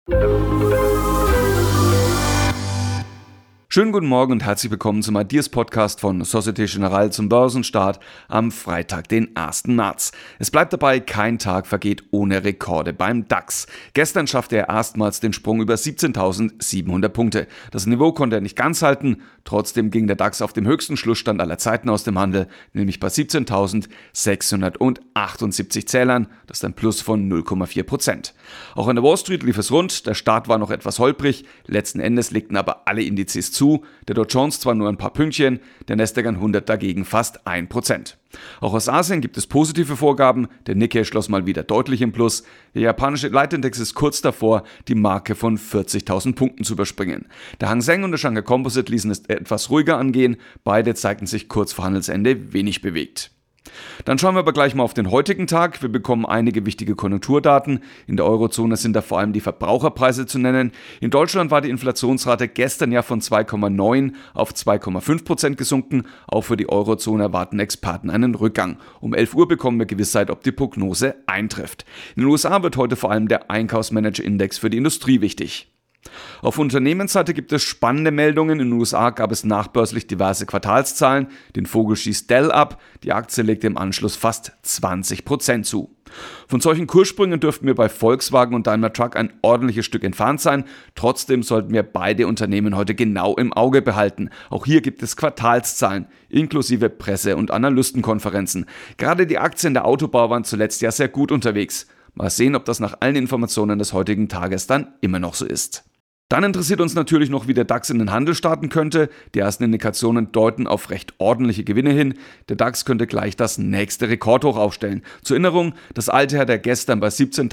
Schönen guten Morgen und herzlich willkommen zum Ideas Podcast von Société Générale zum Börsenstart am Freitag, den 1. März. Es bleibt dabei, kein Tag vergeht ohne Rekorde beim DAX. Gestern schaffte er erstmals den Sprung über 17.700 Punkte. Das Niveau konnte er nicht ganz halten, trotzdem ging der DAX auf dem höchsten Schlussstand aller Zeiten aus dem Handel, nämlich bei 17.678 Zählern, das ist ein Plus von 0,4%. Auch an der Wall Street lief es rund, der Start war noch etwas holprig, letzten Endes legten aber alle Indizes zu, der Dow Jones zwar nur ein paar Pünktchen, der Nasdaq 100 dagegen fast 1%. Auch aus Asien gibt es positive Vorgaben, der Nikkei schloss mal wieder deutlich im Plus, der japanische Leitindex ist kurz davor, die Marke von 40.000 Punkten zu überspringen. Der Hang Seng und der Shanghai Composite ließen es etwas ruhiger angehen, beide zeigten sich kurz vor Handelsende wenig bewegt. Dann schauen wir aber gleich mal auf den heutigen Tag. Wir bekommen einige wichtige Konjunkturdaten. In der Eurozone sind da vor allem die Verbraucherpreise zu nennen. In Deutschland war die Inflationsrate gestern ja von 2,9 auf 2,5% gesunken. Auch für die Eurozone erwarten Experten einen Rückgang. Um 11 Uhr bekommen wir Gewissheit, ob die Prognose eintrifft. In den USA wird heute vor allem der Einkaufsmanager-Index für die Industrie wichtig. Auf Unternehmensseite gibt es spannende Meldungen. In den USA gab es nachbörslich diverse Quartalszahlen. Den Vogel schießt Dell ab. Die Aktie legte im Anschluss fast 20% zu. Von solchen Kurssprüngen dürften wir bei Volkswagen und Daimler Truck ein ordentliches Stück entfernt sein. Trotzdem sollten wir beide Unternehmen heute genau im Auge behalten. Auch hier gibt es Quartalszahlen, inklusive Presse- und Analystenkonferenzen. Gerade die Aktien der Autobauer waren zuletzt ja sehr gut unterwegs. Mal sehen, ob das nach allen Informationen des heutigen Tages dann immer noch so ist. Dann interessiert uns natürlich noch, wie der DAX in den Handel starten könnte. Die ersten Indikationen deuten auf recht ordentliche Gewinne hin. Der DAX könnte gleich das nächste Rekordhoch aufstellen. Zur Erinnerung, das alte hat er gestern bei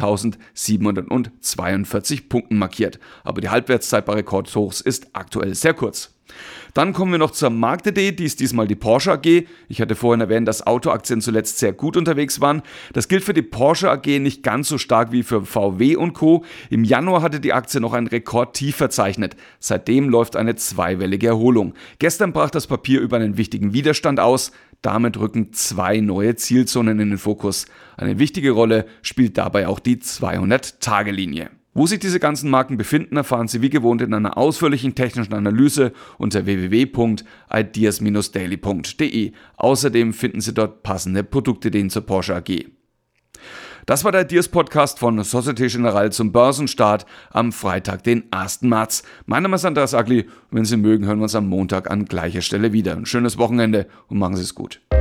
17.742 Punkten markiert. Aber die Halbwertszeit bei Rekordhochs ist aktuell sehr kurz. Dann kommen wir noch zur Markt.de, die ist diesmal die Porsche AG. Ich hatte vorhin erwähnt, dass Autoaktien zuletzt sehr gut unterwegs waren. Das gilt für die Porsche AG nicht ganz so stark wie für VW und Co. Im Januar hatte die Aktie noch ein Rekordtief verzeichnet. Seitdem läuft eine zweiwellige Erholung. Gestern brach das Papier über einen wichtigen Widerstand aus. Damit rücken zwei neue Zielzonen in den Fokus. Eine wichtige Rolle spielt dabei auch die 200-Tage-Linie. Wo sich diese ganzen Marken befinden, erfahren Sie wie gewohnt in einer ausführlichen technischen Analyse unter www.ideas-daily.de. Außerdem finden Sie dort passende Produktideen zur Porsche AG. Das war der Ideas Podcast von Société Générale zum Börsenstart am Freitag, den 1. März. Mein Name ist Andreas Agli und wenn Sie mögen, hören wir uns am Montag an gleicher Stelle wieder. Ein schönes Wochenende und machen Sie es gut.